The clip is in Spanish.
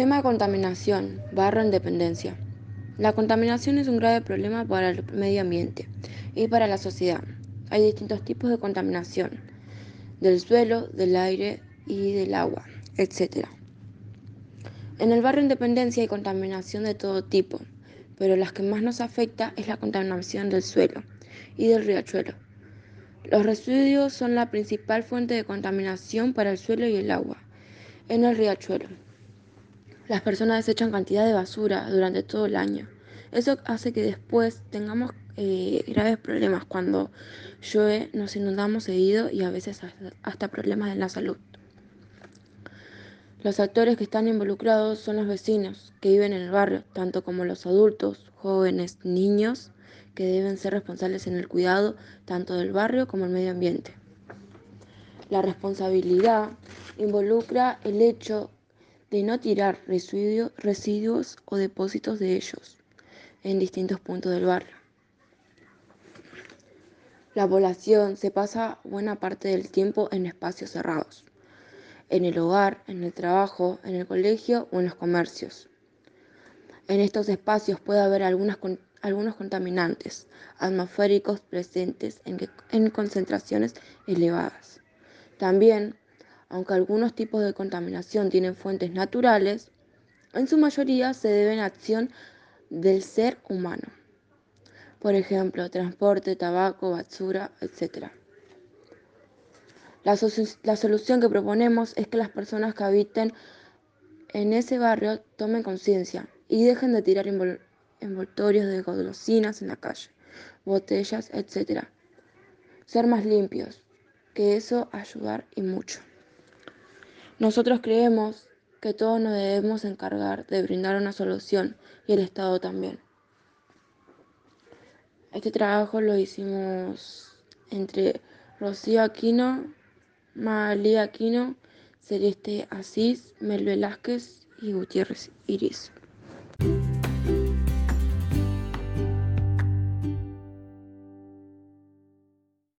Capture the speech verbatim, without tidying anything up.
Tema contaminación, barro en dependencia. La contaminación es un grave problema para el medio ambiente y para la sociedad. Hay distintos tipos de contaminación, del suelo, del aire y del agua, etcétera. En el barrio Independencia hay contaminación de todo tipo, pero la que más nos afecta es la contaminación del suelo y del riachuelo. Los residuos son la principal fuente de contaminación para el suelo y el agua. En el riachuelo, las personas desechan cantidad de basura durante todo el año. Eso hace que después tengamos eh, graves problemas cuando llueve, nos inundamos seguido y a veces hasta, hasta problemas en la salud. Los actores que están involucrados son los vecinos que viven en el barrio, tanto como los adultos, jóvenes, niños, que deben ser responsables en el cuidado tanto del barrio como el medio ambiente. La responsabilidad involucra el hecho de no tirar residuos, residuos o depósitos de ellos en distintos puntos del barrio. La población se pasa buena parte del tiempo en espacios cerrados, en el hogar, en el trabajo, en el colegio o en los comercios. En estos espacios puede haber algunas, algunos contaminantes atmosféricos presentes en, en concentraciones elevadas. También, aunque algunos tipos de contaminación tienen fuentes naturales, en su mayoría se deben a acción del ser humano. Por ejemplo, transporte, tabaco, basura, etcétera. La, so la solución que proponemos es que las personas que habiten en ese barrio tomen conciencia y dejen de tirar envol envoltorios de golosinas en la calle, botellas, etcétera. Ser más limpios, que eso ayudar y mucho. Nosotros creemos que todos nos debemos encargar de brindar una solución y el Estado también. Este trabajo lo hicimos entre Rocío Aquino, Malí Aquino, Celeste Asís, Mel Velázquez y Gutiérrez Iris.